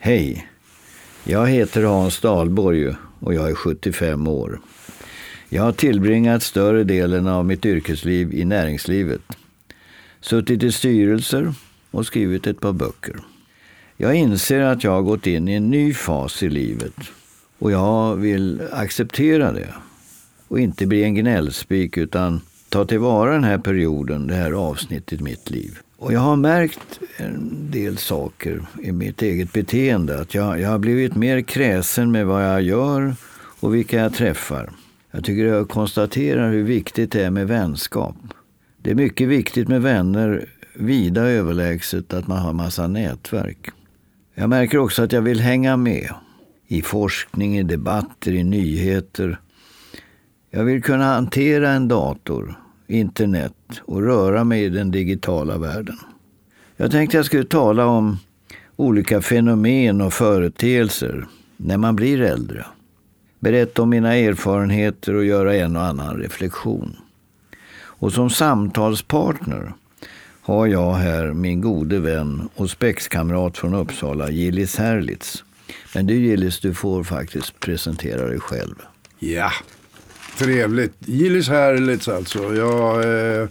Hej, jag heter Hans Dahlborg och jag är 75 år. Jag har tillbringat större delen av mitt yrkesliv i näringslivet. Suttit i styrelser och skrivit ett par böcker. Jag inser att jag har gått in i en ny fas i livet och jag vill acceptera det. Och inte bli en gnällspik utan ta tillvara den här perioden, det här avsnittet i mitt liv. Och jag har märkt en del saker i mitt eget beteende. Att jag har blivit mer kräsen med vad jag gör och vilka jag träffar. Jag tycker jag konstaterar hur viktigt det är med vänskap. Det är mycket viktigt med vänner, vida överlägset att man har massa nätverk. Jag märker också att jag vill hänga med i forskning, i debatter, i nyheter. Jag vill kunna hantera en dator, internet och röra mig i den digitala världen. Jag tänkte jag skulle tala om olika fenomen och företeelser när man blir äldre. Berätta om mina erfarenheter och göra en och annan reflektion. Och som samtalspartner har jag här min gode vän och spexkamrat från Uppsala, Gillis Herlitz. Men du Gillis, du får faktiskt presentera dig själv. Ja, trevligt. Gillis Herlitz alltså. Jag är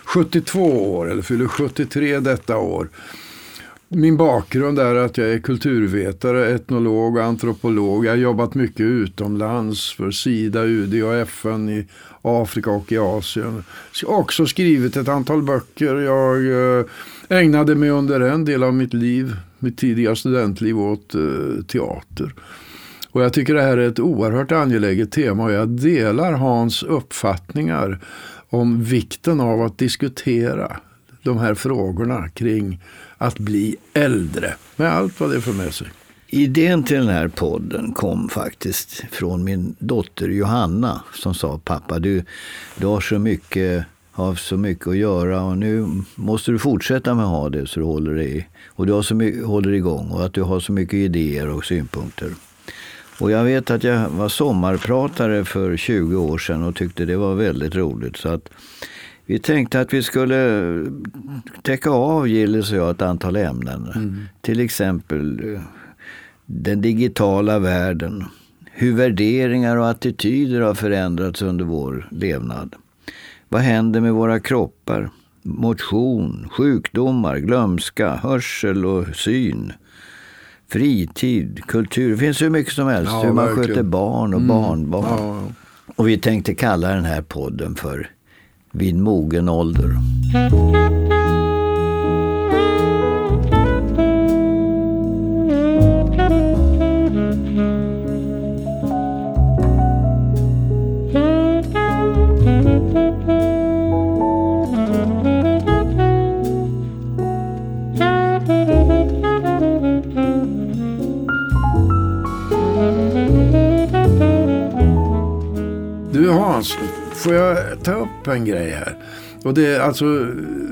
72 år, eller fyller 73 detta år. Min bakgrund är att jag är kulturvetare, etnolog och antropolog. Jag har jobbat mycket utomlands för SIDA, UD och FN i Afrika och i Asien. Jag har också skrivit ett antal böcker. Jag ägnade mig under en del av mitt liv, mitt tidiga studentliv, åt teater. Och jag tycker det här är ett oerhört angeläget tema och jag delar Hans uppfattningar om vikten av att diskutera de här frågorna kring att bli äldre med allt vad det för med sig. Idén till den här podden kom faktiskt från min dotter Johanna som sa: pappa, du har så mycket att göra och nu måste du fortsätta med att ha det så du håller dig och du håller igång och att du har så mycket idéer och synpunkter. Och jag vet att jag var sommarpratare för 20 år sedan och tyckte det var väldigt roligt, så att vi tänkte att vi skulle täcka av, Gilles och jag, ett antal ämnen. Till exempel den digitala världen. Hur värderingar och attityder har förändrats under vår levnad. Vad händer med våra kroppar? Motion, sjukdomar, glömska, hörsel och syn. Fritid, kultur. Det finns hur mycket som helst. Ja, hur man verkligen sköter barn och barnbarn. Ja. Och vi tänkte kalla den här podden för Vid mogen ålder. Du Hans, får jag ta upp en grej här? Och det är alltså,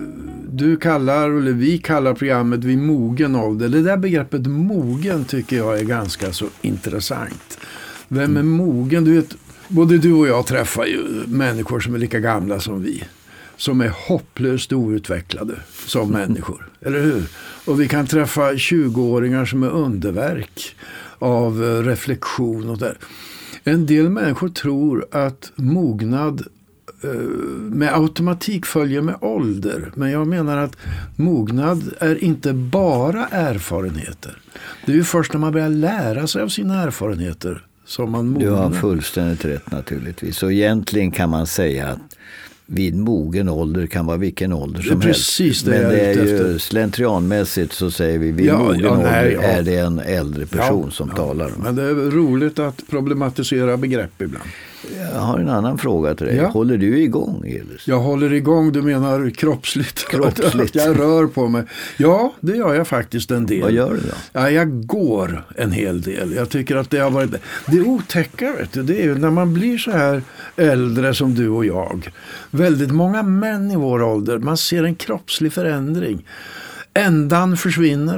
vi kallar programmet Vid mogen ålder. Det där begreppet mogen tycker jag är ganska så intressant. Vem är mogen? Du vet, både du och jag träffar ju människor som är lika gamla som vi. Som är hopplöst outvecklade som människor, eller hur? Och vi kan träffa 20-åringar som är underverk av reflektion och där. En del människor tror att mognad med automatik följer med ålder. Men jag menar att mognad är inte bara erfarenheter. Det är ju först när man börjar lära sig av sina erfarenheter som man mognar. Du har fullständigt rätt naturligtvis. Och egentligen kan man säga att vid mogen ålder kan vara vilken ålder som helst. Det men det är ju slentrianmässigt så säger vi vid mogen ålder är det en äldre person som talar. Men det är roligt att problematisera begrepp ibland. Jag har en annan fråga till dig. Ja. Håller du igång, Elis? Jag håller igång, du menar kroppsligt. Jag rör på mig. Ja, det gör jag faktiskt en del. Vad gör du då? Ja, jag går en hel del. Jag tycker att det har varit... Det otäcka, vet du, det är ju när man blir så här äldre som du och jag. Väldigt många män i vår ålder, man ser en kroppslig förändring. Ändan försvinner.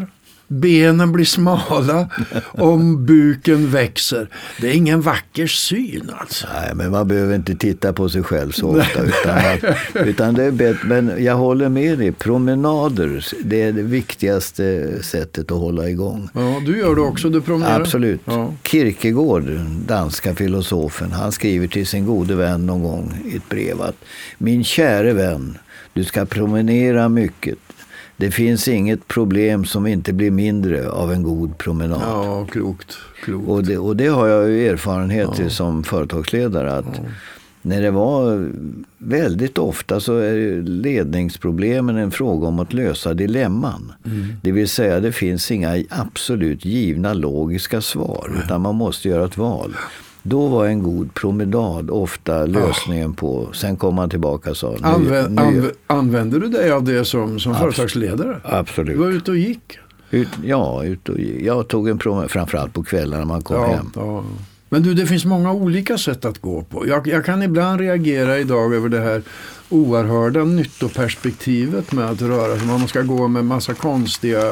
benen blir smala, om buken växer. Det är ingen vacker syn alltså. Nej, men man behöver inte titta på sig själv så ofta. utan det är bättre. Men jag håller med dig. Promenader, det är det viktigaste sättet att hålla igång. Ja, du gör det också. Du promenerar. Absolut. Ja. Kierkegaard, danska filosofen, han skriver till sin gode vän någon gång i ett brev att min käre vän, du ska promenera mycket. Det finns inget problem som inte blir mindre av en god promenad. Ja, klokt. Och det har jag ju erfarenhet till som företagsledare att när det var väldigt ofta så är ledningsproblemen en fråga om att lösa dilemman. Det vill säga det finns inga absolut givna logiska svar utan man måste göra ett val. Då var en god promenad ofta lösningen på, sen kom man tillbaka och sa använder du dig av det som företagsledare? Absolut. Du var ute och gick? Jag tog en promenad framförallt på kvällarna när man kom hem. Ja. Men du, det finns många olika sätt att gå på. Jag kan ibland reagera idag över det här oerhörda nyttoperspektivet med att röra sig. Man ska gå med massa konstiga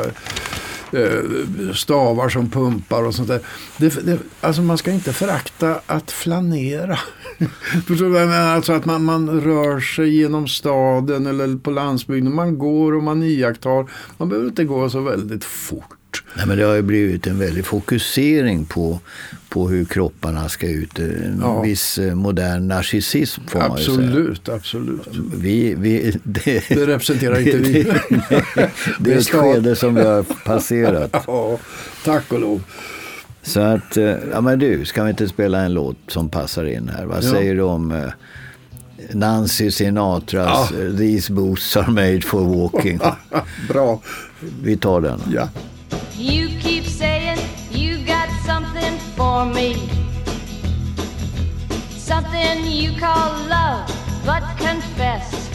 stavar som pumpar och sånt där. Alltså man ska inte förakta att flanera. Förstår du vad jag menar? Alltså att man rör sig genom staden eller på landsbygden. Man går och man iakttar. Man behöver inte gå så väldigt fort. Nej, men det har ju blivit en väldig fokusering på hur kropparna ska ut. En viss modern narcissism får man ju säga. Absolut. Det representerar inte vi. Det är ett skede som vi har passerat. Ja, tack och lov. Så att, men du, ska vi inte spela en låt som passar in här? Vad säger du om Nancy Sinatras These boots are made for walking? Bra. Vi tar den. Ja. You keep saying you got something for me, something you call love, but confess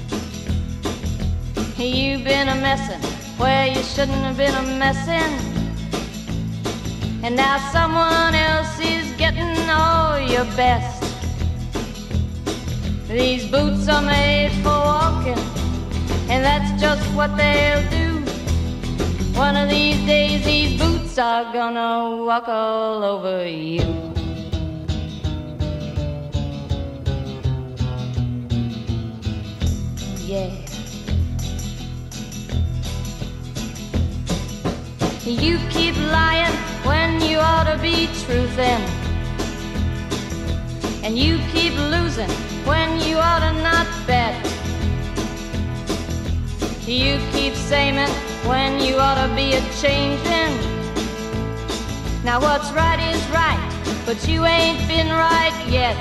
you've been a messin' where you shouldn't have been a messin', and now someone else is getting all your best. These boots are made for walking, and that's just what they'll do. One of these days these boots are gonna walk all over you. Yeah. You keep lying when you ought to be truthin', and you keep losing when you ought to not bet. You keep saying when you ought to be a-changin'. Now what's right is right, but you ain't been right yet.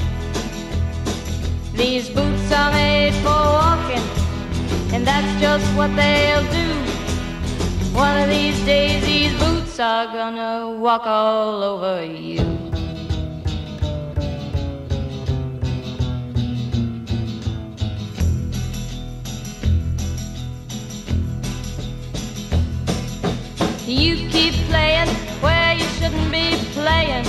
These boots are made for walking, and that's just what they'll do. One of these days these boots are gonna walk all over you. You keep playing where you shouldn't be playing,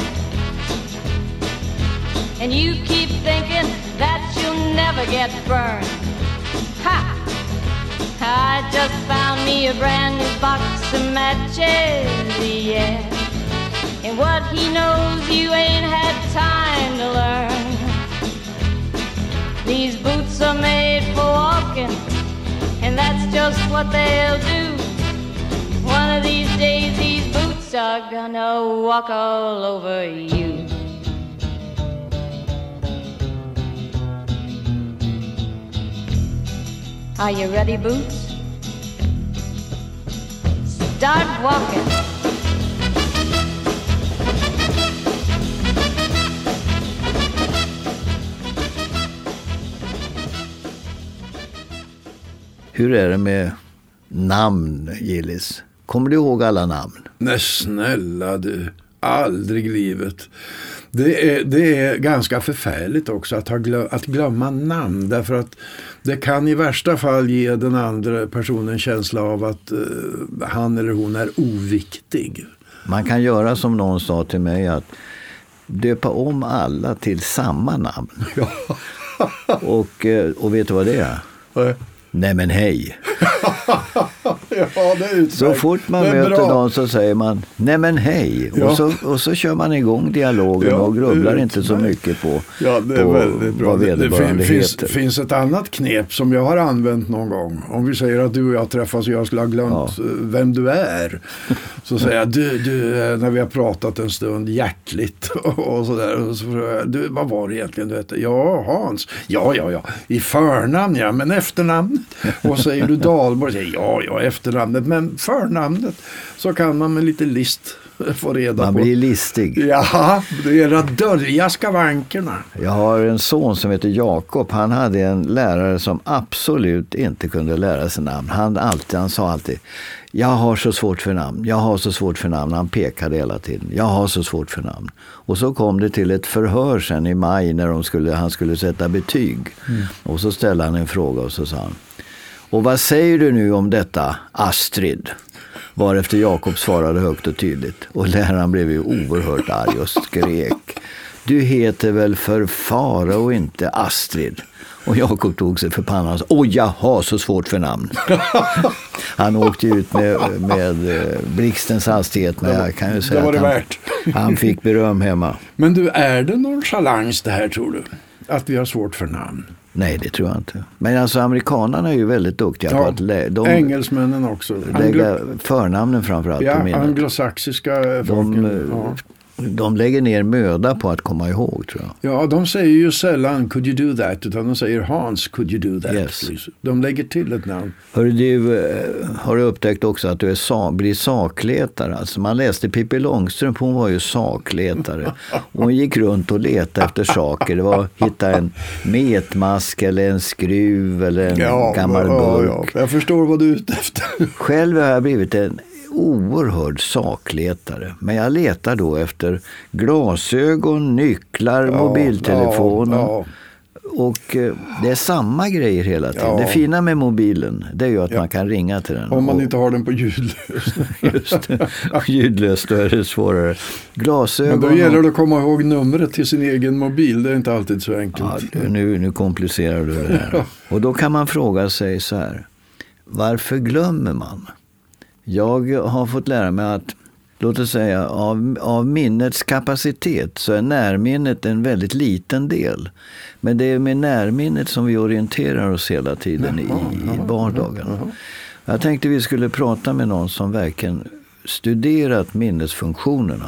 and you keep thinking that you'll never get burned. Ha! I just found me a brand new box of matches, yeah. And what he knows you ain't had time to learn. These boots are made for walking, and that's just what they'll do. One of these days these boots are gonna walk all over you. Are you ready, boots? Start walking. Hur är det med namn, Gillis? Kommer du ihåg alla namn? Nej, snälla du. Aldrig i livet. Det är ganska förfärligt också att glömma namn. Därför att det kan i värsta fall ge den andra personen känsla av att han eller hon är oviktig. Man kan göra som någon sa till mig, att döpa om alla till samma namn. Ja. Och vet du vad det är? Nej men hej. Ja, det är utmärkt. Så fort man möter någon så säger man, nej men hej. Ja. Och så kör man igång dialogen och grubblar inte så mycket på, ja, det är väldigt bra. vad vederbörande heter. Det finns ett annat knep som jag har använt någon gång. Om vi säger att du och jag träffas och jag skulle ha glömt vem du är. Så säger jag, du, när vi har pratat en stund hjärtligt och sådär. Och så frågar jag, du, vad var det egentligen du hette? Ja, Hans. Ja. I förnamn, ja, men efternamnet. Och säger du Dahlborg, säger ja, efternamnet. Men förnamnet så kan man med lite list få reda man på. Man blir listig. Ja, det är att dölja skavankerna. Jag har en son som heter Jakob. Han hade en lärare som absolut inte kunde lära sig namn. Han sa alltid, jag har så svårt för namn. Han pekade hela tiden. Jag har så svårt för namn. Och så kom det till ett förhör sen i maj när han skulle sätta betyg. Och så ställde han en fråga och så sa han, och vad säger du nu om detta, Astrid? Varefter Jakob svarade högt och tydligt. Och läraren blev ju oerhört arg och skrek, du heter väl för Fara och inte Astrid? Och Jakob tog sig för pannan och sa, jag har så svårt för namn. Han åkte ut med blixtens hastighet, men jag kan ju säga att han fick beröm hemma. Men du, är det nonchalans det här, tror du? Att vi har svårt för namn? Nej, det tror jag inte. Men alltså amerikanerna är ju väldigt duktiga på att engelsmännen också. Lägga förnamnen framförallt på minnet. Anglosaxiska folken. De lägger ner möda på att komma ihåg, tror jag. Ja, de säger ju sällan could you do that, utan de säger Hans, could you do that? Yes. Please. De lägger till ett namn. Har du upptäckt också att du blir sakletare? Alltså man läste Pippi Långstrump, hon var ju sakletare. Hon gick runt och letade efter saker. Det var hitta en metmask eller en skruv eller en gammal burk. Ja. Jag förstår vad du är ute efter. Själv har jag blivit en oerhörd sakletare. Men jag letar då efter glasögon, nycklar, mobiltelefonen. Och det är samma grejer hela tiden. Det fina med mobilen, det är ju att man kan ringa till den. Om man inte har den på ljudlöst. Just det. Ljudlöst, då är det svårare. Glasögon. Men då gäller det att komma ihåg numret till sin egen mobil. Det är inte alltid så enkelt. Ja, nu komplicerar du det här. Och då kan man fråga sig så här. Varför glömmer man? Jag har fått lära mig att, låt oss säga, av minnets kapacitet så är närminnet en väldigt liten del. Men det är med närminnet som vi orienterar oss hela tiden i vardagen. Jag tänkte vi skulle prata med någon som verkligen studerat minnesfunktionerna.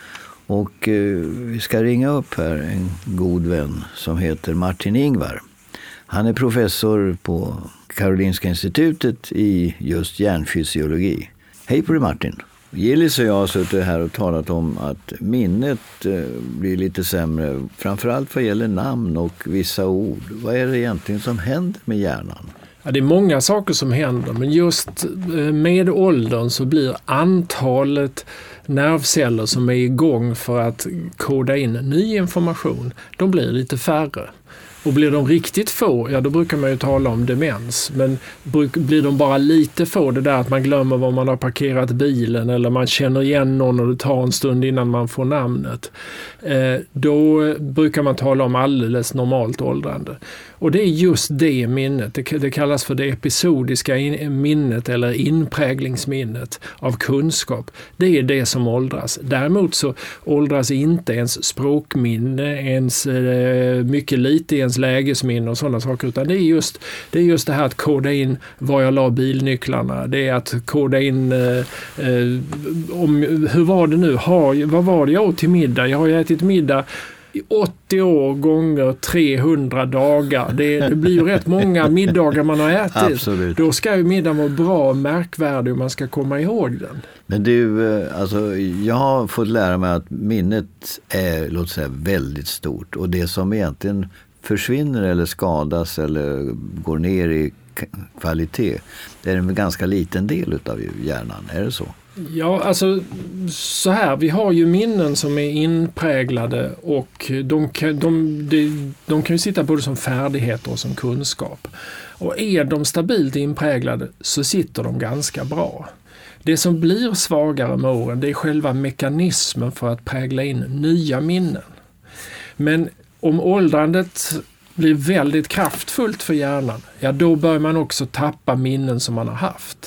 Och vi ska ringa upp här en god vän som heter Martin Ingvar. Han är professor på Karolinska institutet i just hjärnfysiologi. Hej på dig, Martin. Gillis och jag har suttit här och talat om att minnet blir lite sämre. Framförallt vad gäller namn och vissa ord. Vad är det egentligen som händer med hjärnan? Ja, det är många saker som händer, men just med åldern så blir antalet nervceller som är igång för att koda in ny information, de blir lite färre. Och blir de riktigt få, ja då brukar man ju tala om demens. Men blir de bara lite få, det där att man glömmer var man har parkerat bilen eller man känner igen någon och det tar en stund innan man får namnet. Då brukar man tala om alldeles normalt åldrande. Och det är just det minnet, det kallas för det episodiska minnet eller inpräglingsminnet av kunskap. Det är det som åldras. Däremot så åldras inte ens språkminne, ens mycket lite ens lägesminne och sådana saker, utan det är just det här att koda in var jag la bilnycklarna, det är att koda in hur var det nu, vad var det jag åt till middag, jag har ju ätit middag i 80 år gånger 300 dagar. Det blir ju rätt många middagar man har ätit. Absolut. Då ska ju middagen vara bra och märkvärdig och man ska komma ihåg den. Men du, alltså, jag har fått lära mig att minnet är, låt säga, väldigt stort. Och det som egentligen försvinner eller skadas eller går ner i kvalitet, det är en ganska liten del av hjärnan. Är det så? Ja, alltså så här, vi har ju minnen som är inpräglade och de kan ju sitta både som färdigheter och som kunskap. Och är de stabilt inpräglade så sitter de ganska bra. Det som blir svagare med åren, det är själva mekanismen för att prägla in nya minnen. Men om åldrandet blir väldigt kraftfullt för hjärnan, ja då bör man också tappa minnen som man har haft.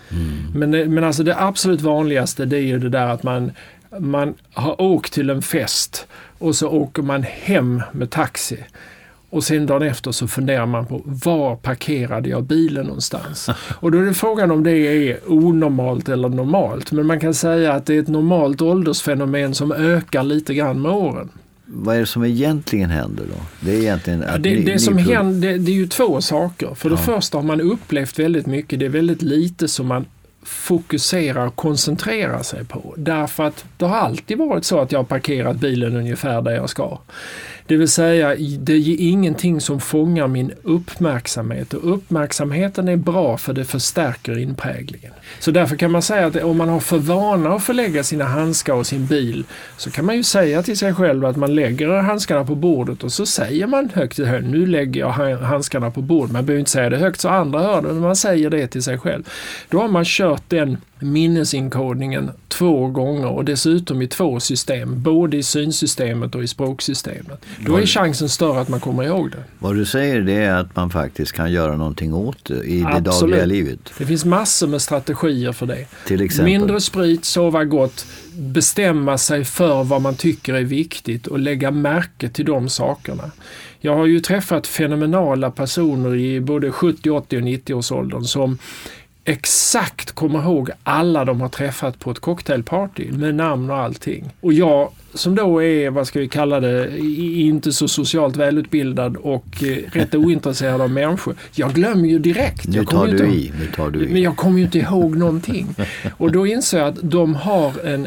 Men alltså det absolut vanligaste, det är ju det där att man har åkt till en fest och så åker man hem med taxi. Och sen dagen efter så funderar man på var parkerade jag bilen någonstans. Och då är det frågan om det är onormalt eller normalt. Men man kan säga att det är ett normalt åldersfenomen som ökar lite grann med åren. Vad är det som egentligen händer då? Det är egentligen att det som händer, det är ju två saker. För det första har man upplevt väldigt mycket. Det är väldigt lite som man fokuserar och koncentrerar sig på. Därför att det har alltid varit så att jag har parkerat bilen ungefär där jag ska. Det vill säga, det är ingenting som fångar min uppmärksamhet. Och uppmärksamheten är bra för det förstärker inpräglingen. Så därför kan man säga att om man har för vana att förlägga sina handskar och sin bil, så kan man ju säga till sig själv att man lägger handskarna på bordet och så säger man högt nu lägger jag handskarna på bordet. Man behöver inte säga det högt så andra hör det, men man säger det till sig själv. Då har man kört den minnesinkodningen 2 gånger och dessutom i 2 system, både i synsystemet och i språksystemet. Då är chansen större att man kommer ihåg det. Vad du säger, det är att man faktiskt kan göra någonting åt det i det dagliga livet. Det finns massor med strategier för det. Till exempel. Mindre sprit, sova gott, bestämma sig för vad man tycker är viktigt och lägga märke till de sakerna. Jag har ju träffat fenomenala personer i både 70, 80 och 90-årsåldern som exakt kommer ihåg alla de har träffat på ett cocktailparty med namn och allting. Och jag som då är, vad ska vi kalla det, inte så socialt välutbildad och rätt ointresserad av människor. Jag glömmer ju direkt. Nu tar du i. Men jag kommer ju inte ihåg någonting. Och då inser jag att de har en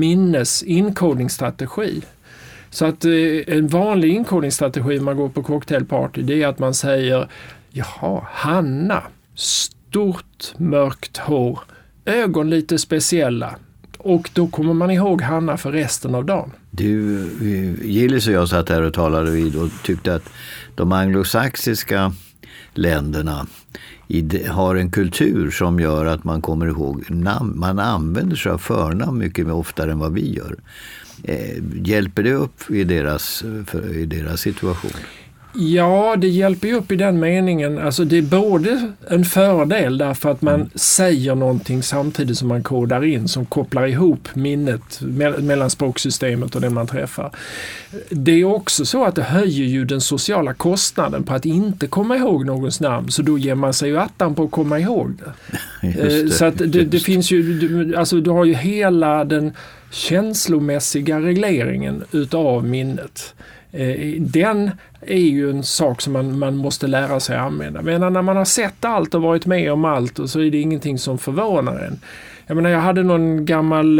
inkodningsstrategi. Så att en vanlig inkodningsstrategi när man går på cocktailparty, det är att man säger, jaha, Hanna, stort mörkt hår, ögon lite speciella. Och då kommer man ihåg Hanna för resten av dagen. Du, Gillis och jag satt här och talade vid och tyckte att de anglosaxiska länderna har en kultur som gör att man kommer ihåg namn. Man använder sig av förnamn mycket mer oftare än vad vi gör. Hjälper det upp i deras situation? Ja, det hjälper ju upp i den meningen. Alltså det är både en fördel därför att man säger någonting samtidigt som man kodar in som kopplar ihop minnet mellan språksystemet och den man träffar. Det är också så att det höjer ju den sociala kostnaden på att inte komma ihåg någons namn, så då ger man sig ju attan på att komma ihåg det. Så att det finns ju, alltså du har ju hela den känslomässiga regleringen utav minnet. Den är ju en sak som man måste lära sig använda. Men när man har sett allt och varit med om allt, och så är det ingenting som förvånar en. Jag menar, jag hade någon gammal,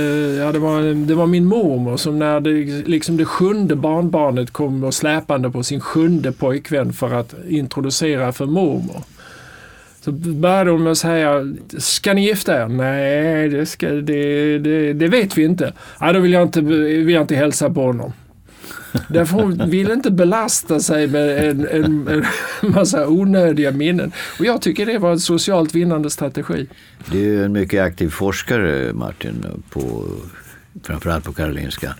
det var min mormor som när det 7:e barnbarnet kom och släpande på sin 7:e pojkvän för att introducera för mormor. Så började hon med att säga, ska ni gifta er? Nej, det vet vi inte. Ja, då vill jag inte hälsa på honom. Därför hon vill inte belasta sig med en massa onödiga minnen. Och jag tycker det var en socialt vinnande strategi. Du är en mycket aktiv forskare, Martin, framförallt på Karolinska.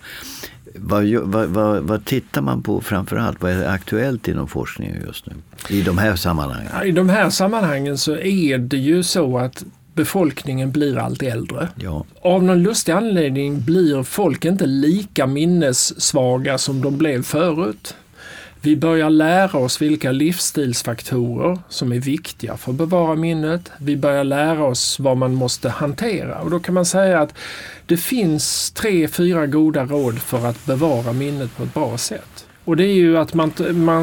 Vad tittar man på framförallt? Vad är aktuellt inom forskningen just nu? I de här sammanhangen? Ja, i de här sammanhangen så är det ju så att befolkningen blir allt äldre. Ja. Av någon lustig anledning blir folk inte lika minnessvaga som de blev förut. Vi börjar lära oss vilka livsstilsfaktorer som är viktiga för att bevara minnet. Vi börjar lära oss vad man måste hantera. Och då kan man säga att det finns 3-4 goda råd för att bevara minnet på ett bra sätt. Och det är ju att man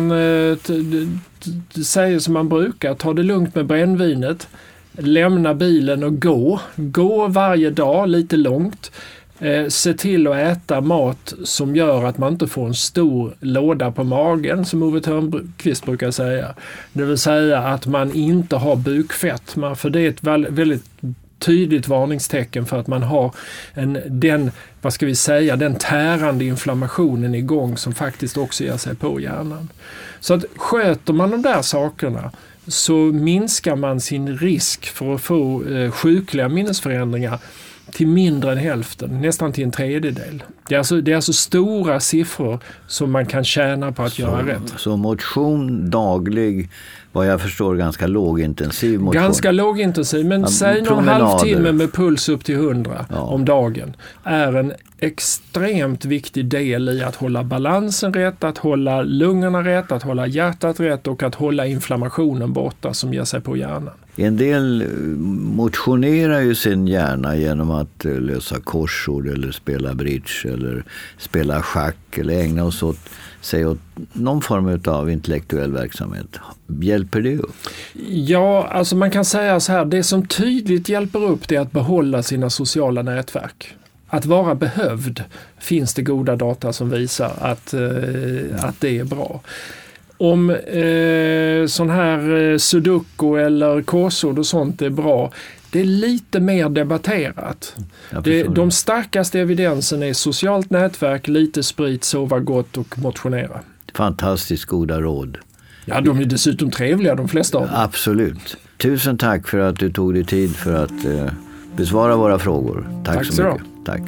säger som man brukar, ta det lugnt med brännvinet. Lämna bilen och gå varje dag lite långt, se till att äta mat som gör att man inte får en stor låda på magen, som Ove Thörnqvist brukar säga, det vill säga att man inte har bukfett, för det är ett väldigt tydligt varningstecken för att man har den tärande inflammationen igång som faktiskt också ger sig på hjärnan. Så att sköter man de där sakerna så minskar man sin risk för att få sjukliga minnesförändringar till mindre än hälften, nästan till en tredjedel. Det är alltså stora siffror som man kan tjäna på att göra rätt. Så motion daglig, vad jag förstår ganska lågintensiv motion. Ganska lågintensiv, men säg någon halvtimme med puls upp till 100 om dagen är en extremt viktig del i att hålla balansen rätt, att hålla lungorna rätt, att hålla hjärtat rätt och att hålla inflammationen borta som ger sig på hjärnan. En del motionerar ju sin hjärna genom att lösa korsord eller spela bridge eller spela schack eller ägna sig åt någon form av intellektuell verksamhet. Hjälper det upp? Ja, alltså man kan säga så här, det som tydligt hjälper upp det är att behålla sina sociala nätverk. Att vara behövd finns det goda data som visar att det är bra. Om sån här sudoku eller korsord och sånt är bra, det är lite mer debatterat. De starkaste evidensen är socialt nätverk, lite sprit, sova gott och motionera. Fantastiskt goda råd. Ja, de är dessutom trevliga, de flesta av dem. Absolut. Tusen tack för att du tog dig tid för att besvara våra frågor. Tack så mycket. Tack.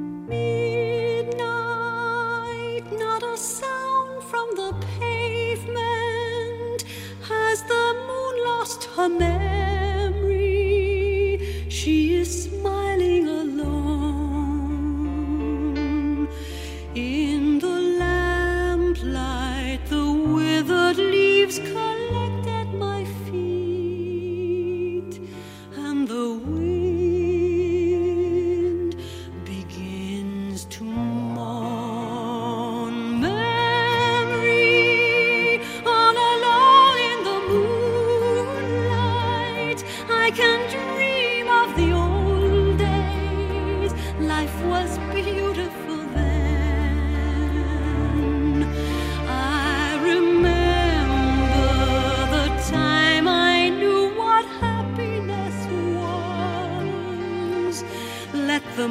Her memory, she is smiling alone. In the lamplight, the withered leaves collect at my feet, and the wind begins to mourn. Memory, all alone in the moonlight, I can dream of the old days. Life was beautiful then. I remember the time I knew what happiness was. Let the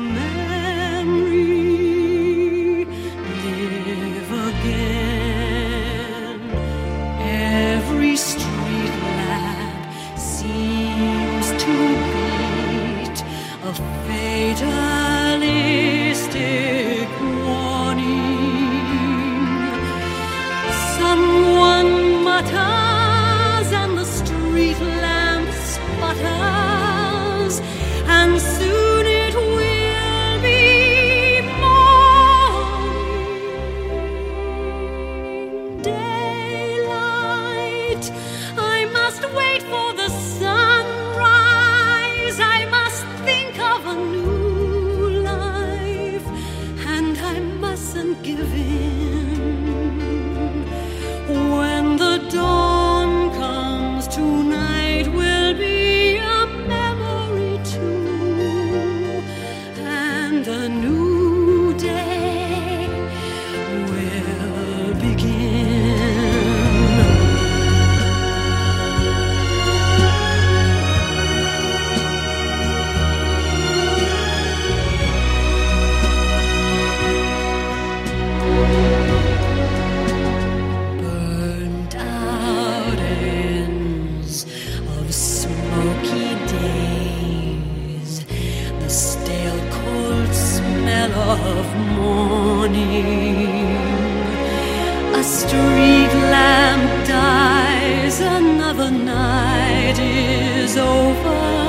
memory live again. Every street lamp seems to beat a fatalistic warning. Someone mutters and the street lamp sputters, and soon it will be morning. Daylight, I must wait for the sunrise. I must think of a new life, and I mustn't give in. When the dawn comes, tonight will be a memory too, and a new day will begin. Burnt out ends of smoky days, the stale cold smell of morning. A street lamp dies, another night is over,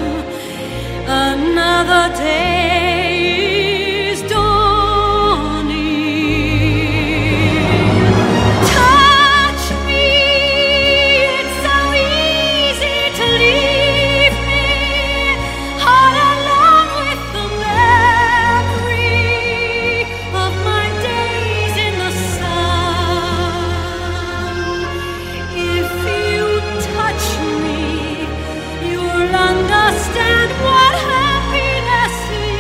another day is dawning. Touch me, it's so easy to leave me all alone with the memory of my days in the sun. If you touch me, you'll understand what happiness is.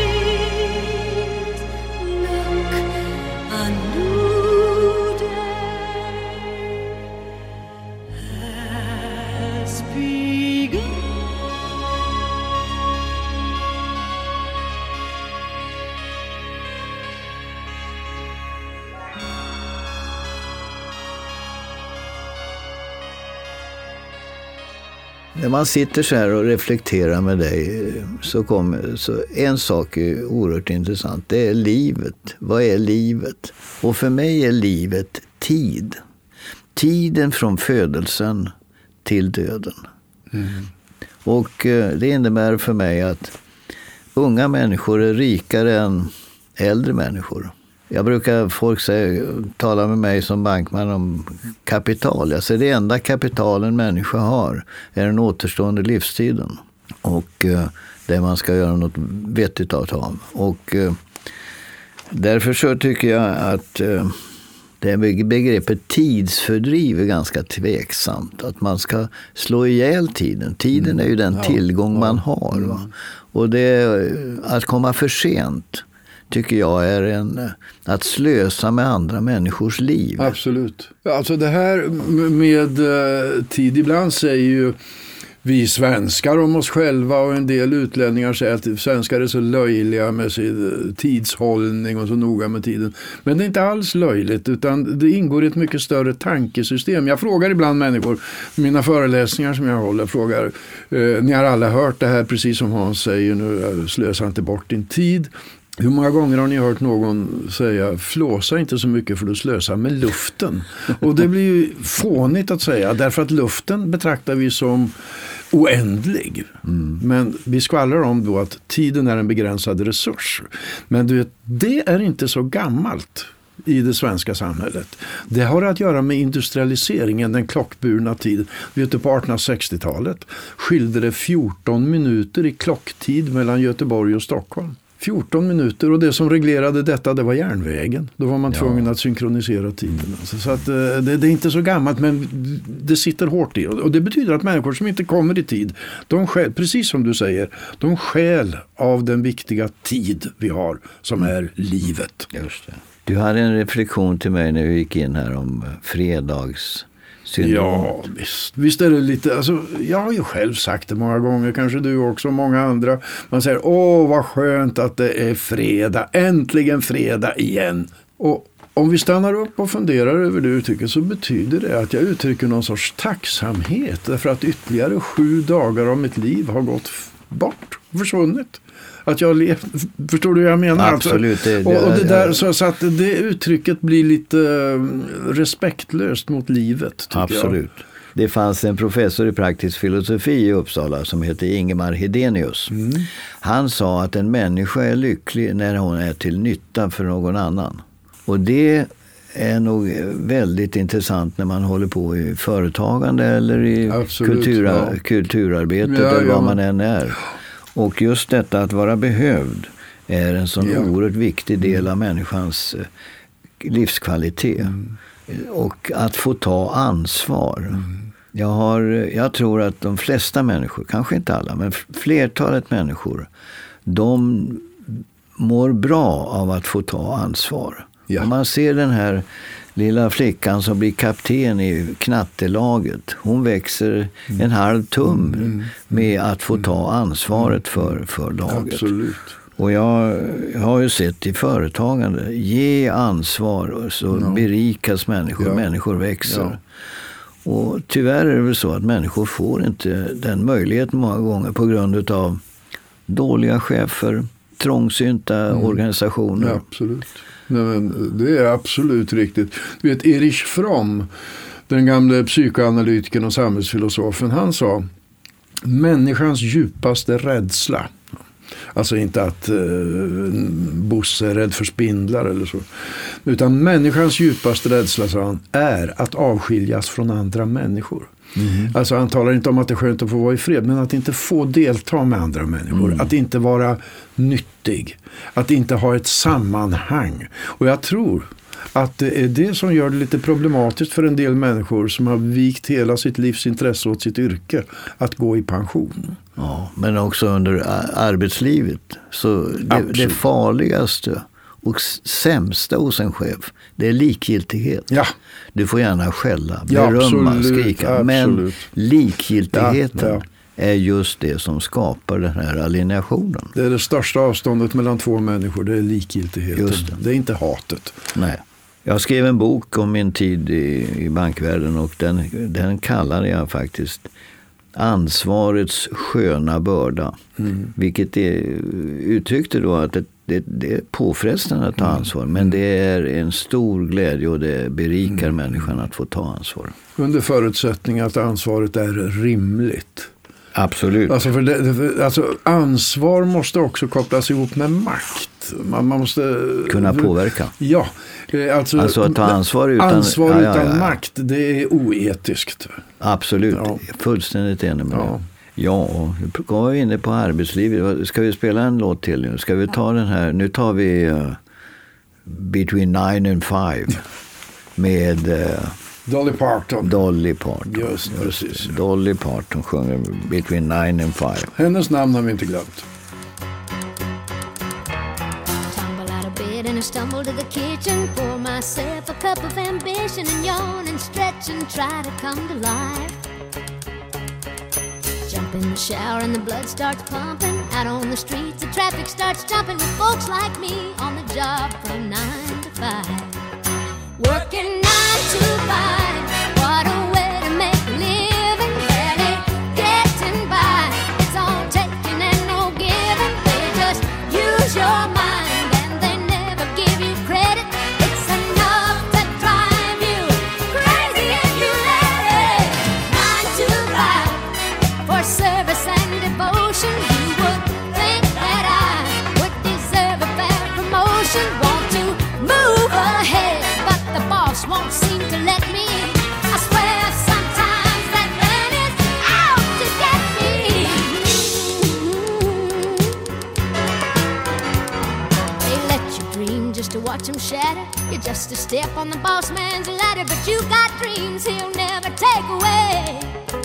När man sitter så här och reflekterar med dig så en sak är oerhört intressant. Det är livet. Vad är livet? Och för mig är livet tid. Tiden från födelsen till döden. Mm. Och det innebär för mig att unga människor är rikare än äldre människor. Jag brukar folk tala med mig som bankman om kapital. Alltså det enda kapital en människa har är den återstående livstiden. Och det man ska göra något vettigt av. Och därför så tycker jag att det begreppet tidsfördriv är ganska tveksamt. Att man ska slå ihjäl tiden. Tiden är ju den tillgång man har. Va? Och att komma för sent tycker jag är att slösa med andra människors liv. Absolut. Alltså det här med tid, ibland säger ju vi svenskar om oss själva och en del utlänningar säger att svenskar är så löjliga med sin tidshållning och så noga med tiden. Men det är inte alls löjligt, utan det ingår i ett mycket större tankesystem. Jag frågar ibland människor, mina föreläsningar som jag håller, frågar, ni har alla hört det här precis som Hans säger nu, slösa inte bort din tid. Hur många gånger har ni hört någon säga flåsa inte så mycket för du slösar med luften? Och det blir ju fånigt att säga, därför att luften betraktar vi som oändlig. Men vi skvallrar om då att tiden är en begränsad resurs. Men du vet, det är inte så gammalt i det svenska samhället. Det har att göra med industrialiseringen, den klockburna tiden. Vet du, på 1860-talet skilde det 14 minuter i klocktid mellan Göteborg och Stockholm. 14 minuter, och det som reglerade detta, det var järnvägen. Då var man tvungen att synkronisera tiden. Så att det är inte så gammalt, men det sitter hårt i. Och det betyder att människor som inte kommer i tid, de skäl, precis som du säger, de skäl av den viktiga tid vi har, som är livet. Just det. Du hade en reflektion till mig när vi gick in här om fredagssyndromet. Ja, visst är det lite, alltså, jag har ju själv sagt det många gånger, kanske du också och många andra. Man säger, vad skönt att det är fredag, äntligen fredag igen. Och om vi stannar upp och funderar över det uttrycket, så betyder det att jag uttrycker någon sorts tacksamhet därför att ytterligare 7 dagar av mitt liv har gått bort, försvunnit. Att jag förstår du vad jag menar? Absolut. Och det där, så att det uttrycket blir lite respektlöst mot livet. Absolut. Jag. Det fanns en professor i praktisk filosofi i Uppsala som heter Ingemar Hedenius. Han sa att en människa är lycklig när hon är till nytta för någon annan. Och det är nog väldigt intressant när man håller på i företagande eller i kulturarbetet eller vad man än är. Och just detta att vara behövd är en sån oerhört viktig del av människans livskvalitet. Och att få ta ansvar. Jag tror att de flesta människor, kanske inte alla, men flertalet människor, de mår bra av att få ta ansvar. Om man ser den här lilla flickan som blir kapten i knattelaget. Hon växer en halv tum med att få ta ansvaret för laget. Absolut. Och jag har ju sett i företagande, ge ansvar och så berikas människor, människor växer. Och tyvärr är det väl så att människor får inte den möjligheten många gånger på grund av dåliga chefer, trångsynta organisationer. Ja, absolut. Nej, men det är absolut riktigt. Du vet, Erich Fromm, den gamla psykoanalytikern och samhällsfilosofen, han sa människans djupaste rädsla, alltså inte att Bosse är rädd för spindlar eller så, utan människans djupaste rädsla, sa han, är att avskiljas från andra människor. Alltså han talar inte om att det är skönt att få vara i fred, men att inte få delta med andra människor, att inte vara nyttig, att inte ha ett sammanhang. Och jag tror att det är det som gör det lite problematiskt för en del människor som har vikt hela sitt livs intresse åt sitt yrke att gå i pension. Ja, men också under arbetslivet. Så det farligaste och sämsta hos en chef, det är likgiltighet. Ja. Du får gärna skälla, berömma, skrika. Absolut. Men likgiltigheten är just det som skapar den här alienationen. Det är det största avståndet mellan två människor, det är likgiltigheten. Just det. Det är inte hatet. Nej. Jag skrev en bok om min tid i bankvärlden och den kallade jag faktiskt ansvarets sköna börda. Vilket uttryckte då att det är påfrestande att ta ansvar. Men det är en stor glädje och det berikar människan att få ta ansvar. Under förutsättning att ansvaret är rimligt. Absolut. Alltså ansvar måste också kopplas ihop med makt. Man måste kunna påverka. Ja. Alltså att ta ansvar utan makt, det är oetiskt. Absolut. Ja. Fullständigt enig med det. Ja, nu var vi inne på arbetslivet. Ska vi spela en låt till nu? Ska vi ta den här? Nu tar vi Between 9 and 5 med Dolly Parton. Just precis. Dolly Parton sjunger Between 9 and 5. Hennes namn har vi inte glömt. Tumble out of bed and I stumble to the kitchen, pour myself a cup of ambition and yawn and stretch and try to come to life. Jump in the shower and the blood starts pumping. Out on the streets the traffic starts jumping with folks like me on the job from 9 to 5. Working 9 to 5, what a way to make a living. Barely getting by, it's all taking and no giving. They just use your mind and they never give you credit. It's enough to drive you crazy if you let it. 9 to 5, for service and devotion. You would think that I would deserve a fair promotion. Want to move ahead, but the boss won't seem to let me. I swear sometimes that man is out to get me. They let you dream just to watch him shatter. You're just a step on the boss man's ladder, but you got dreams he'll never take away.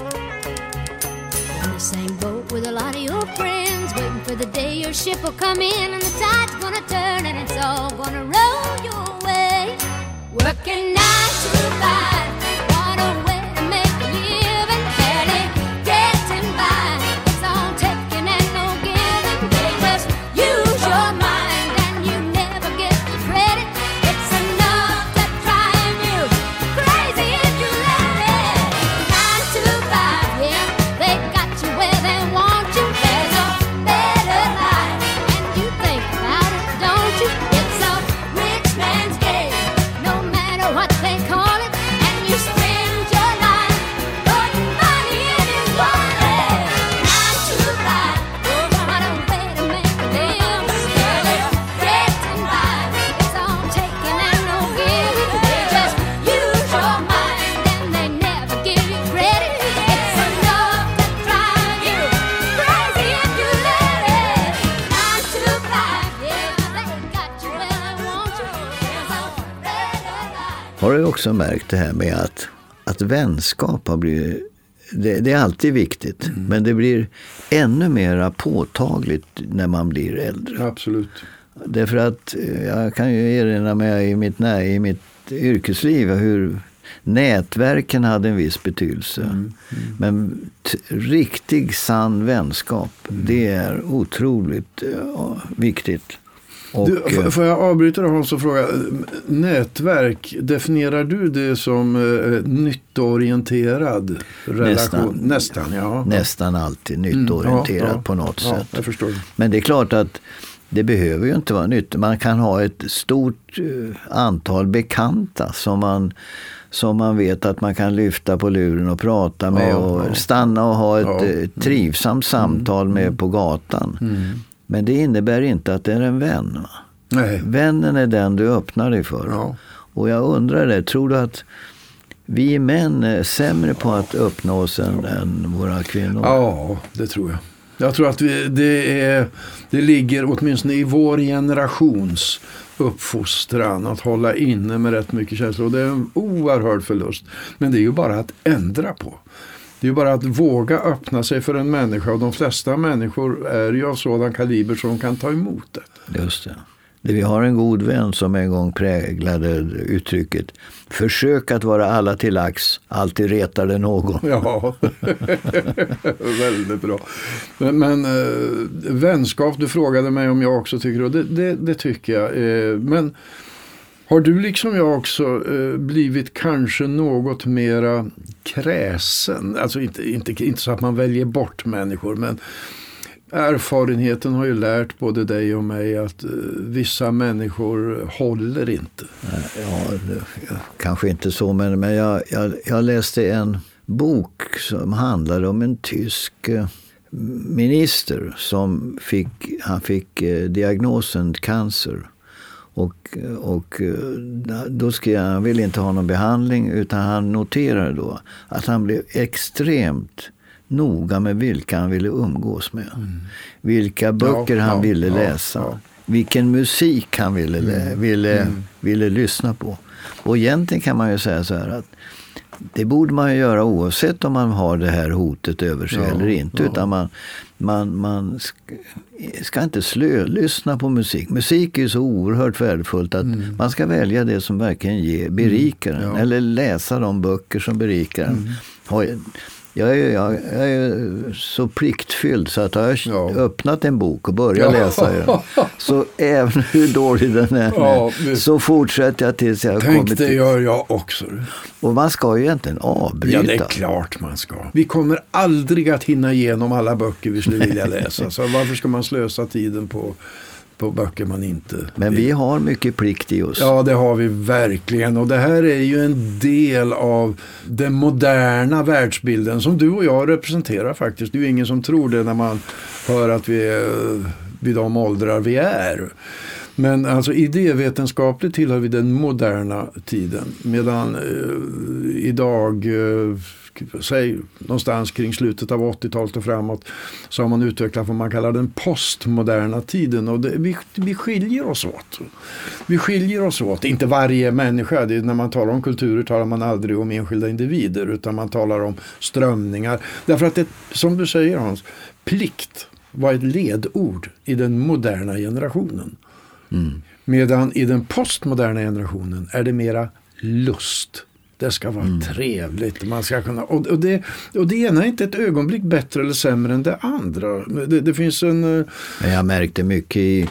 In the same boat with a lot of your friends, waiting for the day your ship will come in and the tide's gonna turn and it's all gonna roll your way. Working 9 to 5, what a way to make a living. Barely getting by, it's all taking and no giving. They just use your mind and you never get the credit. It's enough to drive you crazy if you let it. 9 to 5, yeah, they got you where they want you. There's a better life and you think about it, don't you? It's a rich man's game, no matter what they call it. And you spend your life putting money in his wallet. 9 to 5, what a way to make a living. Barely getting by, it's all taking and no giving. They just use your mind and they never give you credit. It's enough to drive you crazy if you let it. 9 to 5, yeah, they got you where they want you. There's a better life. Har du också märkt det här med att vänskap har blivit, det är alltid viktigt, men det blir ännu mer påtagligt när man blir äldre. Absolut. Därför att jag kan ju erinra mig i mitt yrkesliv hur nätverken hade en viss betydelse. Men riktig sann vänskap, det är otroligt viktigt. Och, Får jag avbryta dig Hans och fråga, nätverk, definierar du det som nyttoorienterad relation? Nästan, ja. Nästan alltid nyttoorienterad på något sätt. Jag förstår. Men det är klart att det behöver ju inte vara nytt. Man kan ha ett stort antal bekanta som man vet att man kan lyfta på luren och prata med och stanna och ha ett trivsamt samtal med på gatan. Men det innebär inte att det är en vän. Va? Nej. Vännen är den du öppnar dig för. Ja. Och jag undrar det, tror du att vi män är sämre på att öppna oss än våra kvinnor? Ja, det tror jag. Jag tror att det ligger åtminstone i vår generations uppfostran att hålla inne med rätt mycket känslor. Och det är en oerhörd förlust. Men det är ju bara att ändra på. Det är ju bara att våga öppna sig för en människa. Och de flesta människor är ju av sådan kaliber som kan ta emot det. Just det. Vi har en god vän som en gång präglade uttrycket: försök att vara alla till lags, alltid retar det någon. Ja, väldigt bra. Men vänskap, du frågade mig om jag också tycker, och det tycker jag. Men Har du liksom jag också blivit kanske något mera kräsen? Alltså inte så att man väljer bort människor, men erfarenheten har ju lärt både dig och mig att vissa människor håller inte. Ja, kanske inte så, men jag läste en bok som handlade om en tysk minister som fick diagnosen cancer. Och då han ville inte ha någon behandling, utan han noterade då att han blev extremt noga med vilka han ville umgås med. Vilka böcker han ville läsa. Vilken musik han ville lyssna på. Och egentligen kan man ju säga så här att det borde man ju göra oavsett om man har det här hotet över sig eller inte. Utan man ska inte lyssna på musik. Musik är ju så oerhört värdefullt att man ska välja det som verkligen berikar en. Eller läsa de böcker som berikar en. Jag är så pliktfylld så att jag har öppnat en bok och börjat läsa den. Så även hur dålig den är så fortsätter jag tills jag kommer till. Det gör jag också. Och man ska ju egentligen avbryta. Ja, det är klart man ska. Vi kommer aldrig att hinna igenom alla böcker vi skulle vilja läsa. Så varför ska man slösa tiden på böcker man inte vill? Men vi har mycket plikt i oss. Ja, det har vi verkligen. Och det här är ju en del av den moderna världsbilden som du och jag representerar faktiskt. Det är ju ingen som tror det när man hör att vi är vid de åldrar vi är. Men alltså idévetenskapligt tillhör vi den moderna tiden. Medan idag, säg någonstans kring slutet av 80-talet och framåt, så har man utvecklat vad man kallar den postmoderna tiden. Och vi skiljer oss åt. Vi skiljer oss åt. Inte varje människa. Det är, när man talar om kulturer talar man aldrig om enskilda individer, utan man talar om strömningar. Därför att det, som du säger Hans, plikt var ett ledord i den moderna generationen. Medan i den postmoderna generationen är det mera lust. Det ska vara trevligt. Man ska kunna, och det ena är inte ett ögonblick bättre eller sämre än det andra. Det finns en... Jag märkte mycket i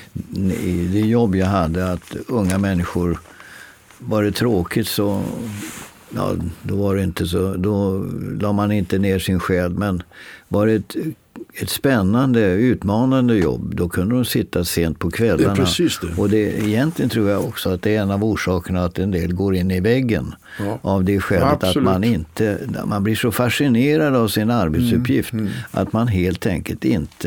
det jobb jag hade att unga människor, var det tråkigt så... Ja, då var det inte så, då la man inte ner sin själ, men var det ett spännande, utmanande jobb, då kunde de sitta sent på kvällarna. Det är precis det. Och egentligen tror jag också att det är en av orsakerna att en del går in i väggen av det skälet att man blir så fascinerad av sin arbetsuppgift att man helt enkelt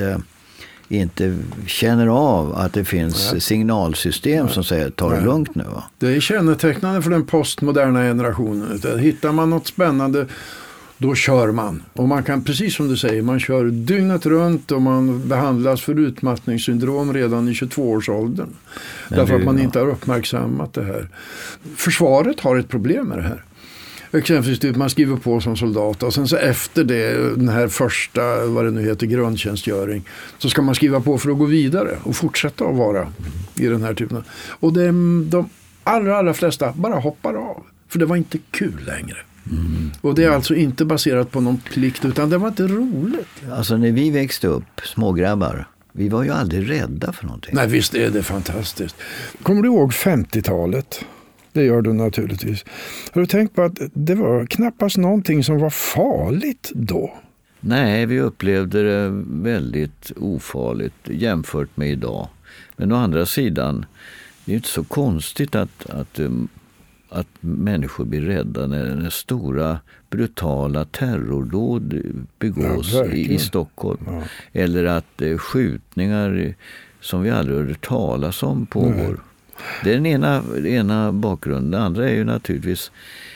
inte känner av att det finns signalsystem som säger ta det lugnt nu. Va? Det är kännetecknande för den postmoderna generationen. Hittar man något spännande, då kör man. Och man kan, precis som du säger, man kör dygnet runt och man behandlas för utmattningssyndrom redan i 22-årsåldern. Därför att man inte har uppmärksammat det här. Försvaret har ett problem med det här. Exempelvis man skriver på som soldat och sen så efter det, den här första, vad det nu heter, grundtjänstgöring, så ska man skriva på för att gå vidare och fortsätta att vara i den här typen. Och de allra flesta bara hoppar av, för det var inte kul längre. Och det är alltså inte baserat på någon plikt, utan det var inte roligt. Alltså när vi växte upp, smågrabbar, vi var ju aldrig rädda för någonting. Nej, visst är det fantastiskt. Kommer du ihåg 50-talet? Det gör du naturligtvis. Har du tänkt på att det var knappast någonting som var farligt då? Nej, vi upplevde det väldigt ofarligt jämfört med idag. Men å andra sidan, det är inte så konstigt att människor blir rädda när stora brutala terrordåd begås i Stockholm. Ja. Eller att skjutningar som vi aldrig hörde talas om pågår. Det är den ena bakgrunden. Den andra är ju naturligtvis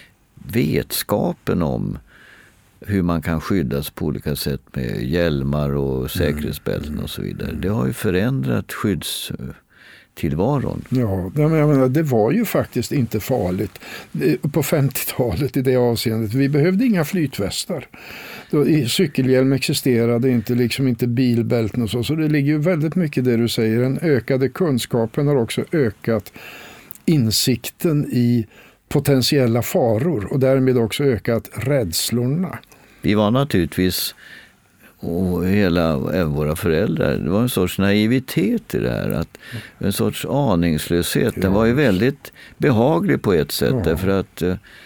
vetskapen om hur man kan skyddas på olika sätt med hjälmar och säkerhetsbälten och så vidare. Det har ju förändrat skyddstillvaron. Ja, jag menar, det var ju faktiskt inte farligt på 50-talet i det avseendet. Vi behövde inga flytvästar. Cykelhjälm existerade inte, liksom inte bilbälten och så det ligger ju väldigt mycket det du säger. Den ökade kunskapen har också ökat insikten i potentiella faror och därmed också ökat rädslorna. Vi var naturligtvis och även våra föräldrar. Det var en sorts naivitet i det här. En sorts aningslöshet. Den var ju väldigt behaglig på ett sätt. Därför att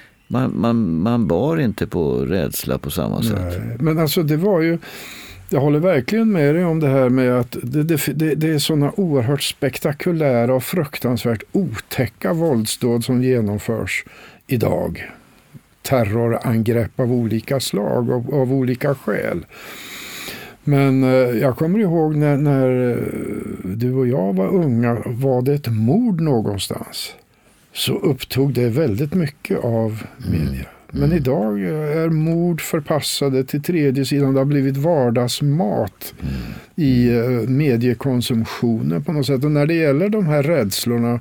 man bar inte på rädsla på samma sätt. Men alltså det var ju... Jag håller verkligen med dig om det här med att det är sådana oerhört spektakulära och fruktansvärt otäcka våldsdåd som genomförs idag. Terrorangrepp av olika slag och av olika skäl. Men jag kommer ihåg när du och jag var unga, var det ett mord någonstans, så upptog det väldigt mycket av media. Men idag är mord förpassade till tredje sidan. Det har blivit vardagsmat i mediekonsumtionen på något sätt. Och när det gäller de här rädslorna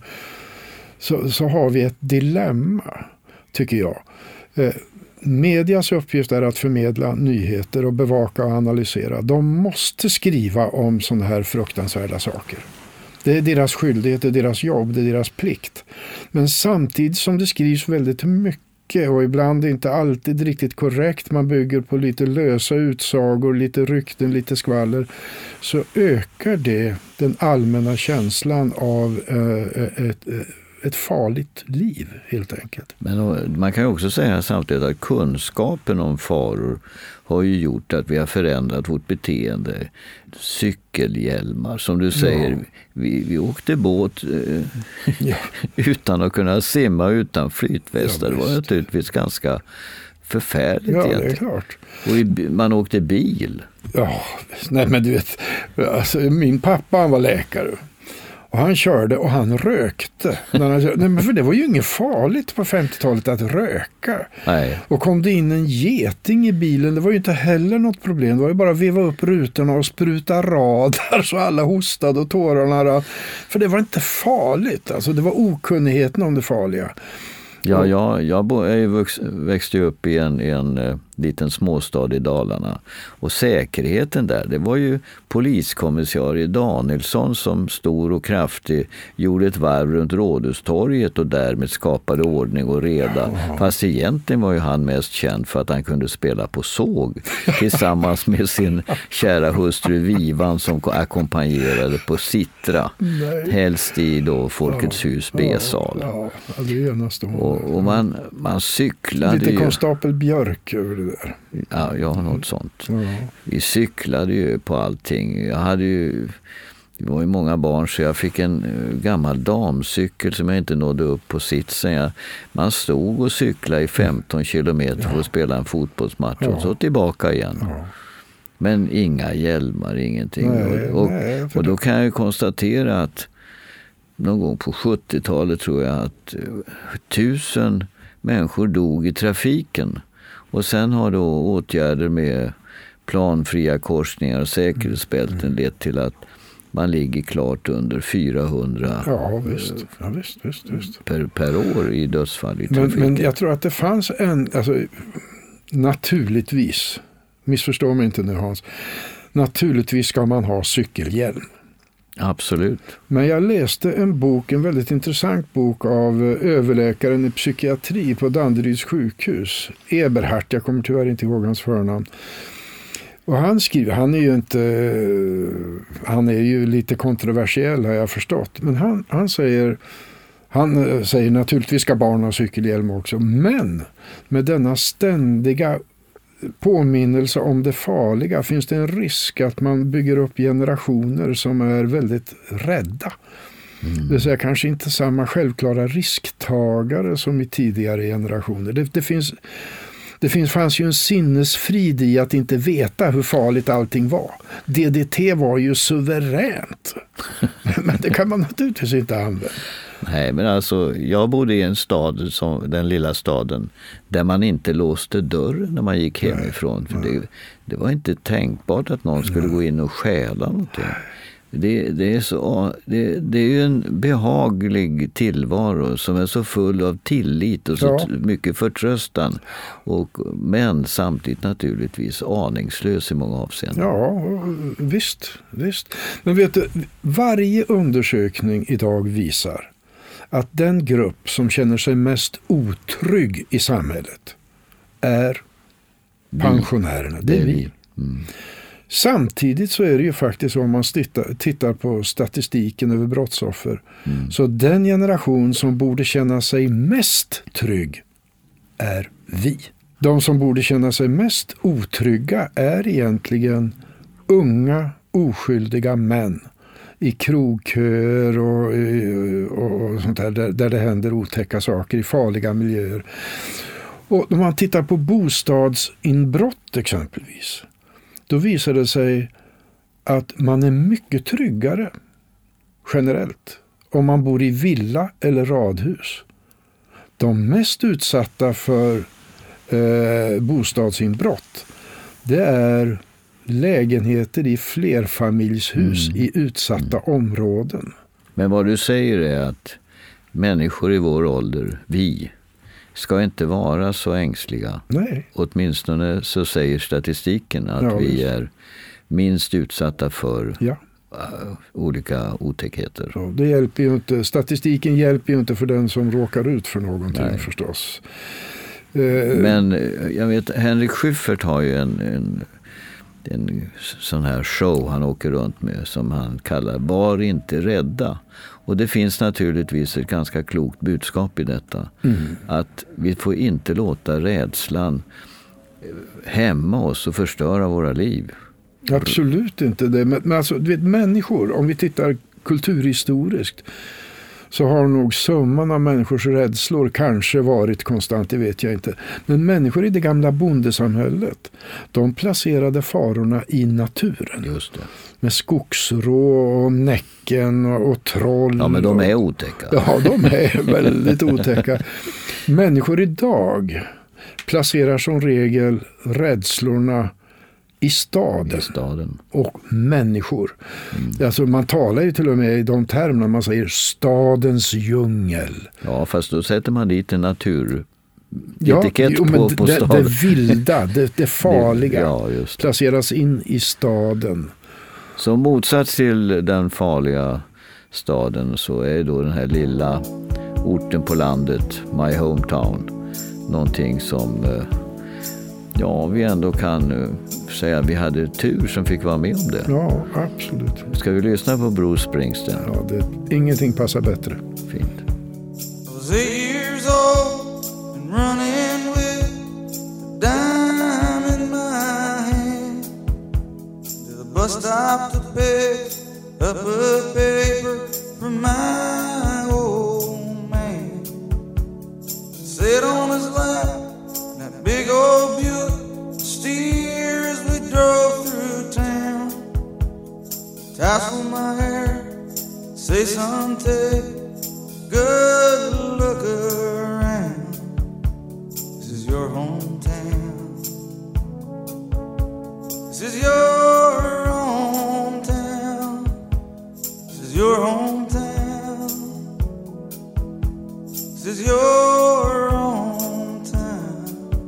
så har vi ett dilemma, tycker jag. Medias uppgift är att förmedla nyheter och bevaka och analysera. De måste skriva om sådana här fruktansvärda saker. Det är deras skyldighet, det är deras jobb, det är deras plikt. Men samtidigt som det skrivs väldigt mycket och ibland inte alltid riktigt korrekt, man bygger på lite lösa utsagor, lite rykten, lite skvaller, så ökar det den allmänna känslan av ett farligt liv helt enkelt. Men man kan ju också säga samtidigt att kunskapen om faror har ju gjort att vi har förändrat vårt beteende. Cykelhjälmar, som du säger, vi åkte båt utan att kunna simma utan flytvästar. Det var naturligtvis ganska förfärligt egentligen. Det är klart. Och man åkte bil. Ja, nej men du vet, alltså, min pappa han var läkare. Och han körde och han rökte. Nej, men för det var ju inget farligt på 50-talet att röka. Nej. Och kom det in en geting i bilen, det var ju inte heller något problem. Det var ju bara att veva upp rutorna och spruta radar så alla hostade och tårarna. För det var inte farligt. Alltså det var okunnigheten om det farliga. Ja, jag växte upp i en liten småstad i Dalarna. Och säkerheten där, det var ju poliskommissarie Danielsson som stor och kraftig gjorde ett varv runt Rådhustorget och därmed skapade ordning och reda. Fast egentligen var ju han mest känd för att han kunde spela på såg tillsammans med sin kära hustru Vivan som ackompanjerade på Sittra. Helst i då Folkets hus B-sal. Ja, det är enastående. Och man cyklade lite ju... konstapel Björk över det där. Ja, något sånt. Ja. Vi cyklade ju på allting. Det var ju många barn så jag fick en gammal damcykel som jag inte nådde upp på sitsen. Man stod och cyklade i 15 kilometer för att spela en fotbollsmatch och så tillbaka igen. Ja. Men inga hjälmar, ingenting. Och då kan jag ju konstatera att någon gång på 70-talet tror jag att 1000 människor dog i trafiken. Och sen har då åtgärder med planfria korsningar och säkerhetsbälten lett till att man ligger klart under 400 per år i dödsfall i trafiken. Men jag tror att det fanns naturligtvis, missförstå mig inte nu Hans, naturligtvis ska man ha cykelhjälm. Absolut. Men jag läste en väldigt intressant bok av överläkaren i psykiatri på Danderyds sjukhus, Eberhardt, jag kommer tyvärr inte ihåg hans förnamn. Och han skriver, han är ju lite kontroversiell har jag förstått, men han säger naturligtvis ska barn ha cykelhjälm också, men med denna ständiga påminnelse om det farliga finns det en risk att man bygger upp generationer som är väldigt rädda. Det vill säga kanske inte samma självklara risktagare som i tidigare generationer. Det fanns ju en sinnesfrid i att inte veta hur farligt allting var. DDT var ju suveränt. Men det kan man naturligtvis inte använda. Nej, men alltså jag bodde i en stad, den lilla staden, där man inte låste dörren när man gick hemifrån. För det var inte tänkbart att någon skulle gå in och stjäla någonting. Det är ju en behaglig tillvaro som är så full av tillit och så mycket förtröstan. Men samtidigt naturligtvis aningslös i många avseenden. Ja, visst. Men vet du, varje undersökning idag visar att den grupp som känner sig mest otrygg i samhället är pensionärerna. Det är vi. Samtidigt så är det ju faktiskt, om man tittar på statistiken över brottsoffer, så den generation som borde känna sig mest trygg är vi. De som borde känna sig mest otrygga är egentligen unga, oskyldiga män i krogköer och sånt där det händer otäcka saker i farliga miljöer. Och om man tittar på bostadsinbrott exempelvis, då visar det sig att man är mycket tryggare generellt om man bor i villa eller radhus. De mest utsatta för bostadsinbrott, det är lägenheter i flerfamiljshus i utsatta områden. Men vad du säger är att människor i vår ålder, vi, ska inte vara så ängsliga. Nej. Åtminstone så säger statistiken att vi är minst utsatta för olika otäckheter. Ja, det hjälper ju inte. Statistiken hjälper ju inte för den som råkar ut för någonting förstås. Men jag vet, Henrik Schyffert har ju en sån här show han åker runt med som han kallar Var inte rädda. Och det finns naturligtvis ett ganska klokt budskap i detta. Att vi får inte låta rädslan hämma oss och förstöra våra liv. Absolut inte det. Men alltså, du vet, människor, om vi tittar kulturhistoriskt, så har nog summan av människors rädslor kanske varit konstant, det vet jag inte. Men människor i det gamla bondesamhället, de placerade farorna i naturen. Just det. Med skogsrå och näcken och troll. Ja, men de är otäcka. Ja, de är väldigt otäcka. Människor idag placerar som regel rädslorna i staden. Och människor. Alltså man talar ju till och med i de termerna, man säger stadens djungel. Ja, fast då sätter man dit en naturetikett på staden. Det vilda, det farliga placeras in i staden. Så motsats till den farliga staden så är då den här lilla orten på landet, my hometown, någonting som vi ändå kan säga att vi hade tur som fick vara med om det. Ja, absolut. Ska vi lyssna på Bruce Springsteen? Ja, ingenting passar bättre. Fint. I was 8 years old and running with a dime in my hand to the bus stop to pick up a paper from my old man. Sit on his lap in that big old Buick, steer as we drove through town. Tassel my hair, say something, good look around. This is your hometown. This is your hometown. This is your hometown. This is your hometown.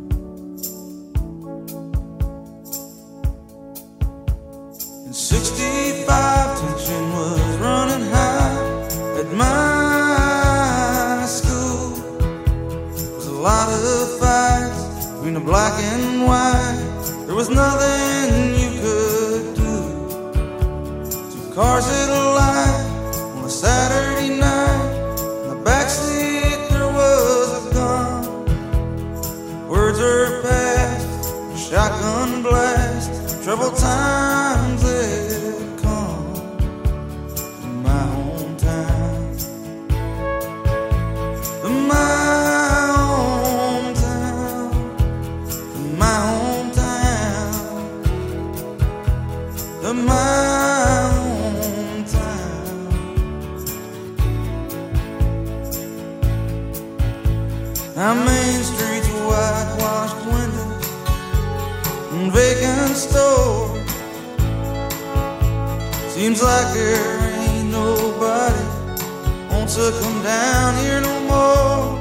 In 65, tension was running high at my school. There was a lot of fights between the black and white. There was nothing you could do. Two cars at a light on a Saturday night. In the backseat there was a gun. Words are passed, shotgun blast. Troubled times had come to my hometown. To my hometown. To my hometown. To my hometown. Our main streets, whitewashed windows and vacant stores. Seems like there ain't nobody wants to come down here no more.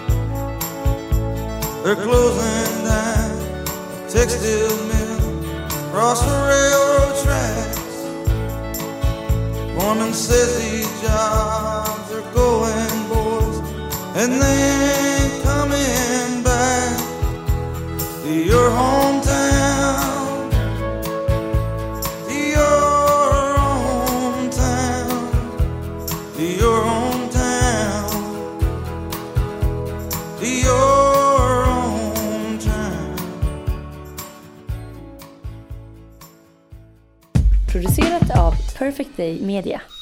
They're closing down the textile mill across the railroad tracks. Foreman says these jobs are going, boys, and they ain't coming back to your hometown. Producerat av Perfect Day Media.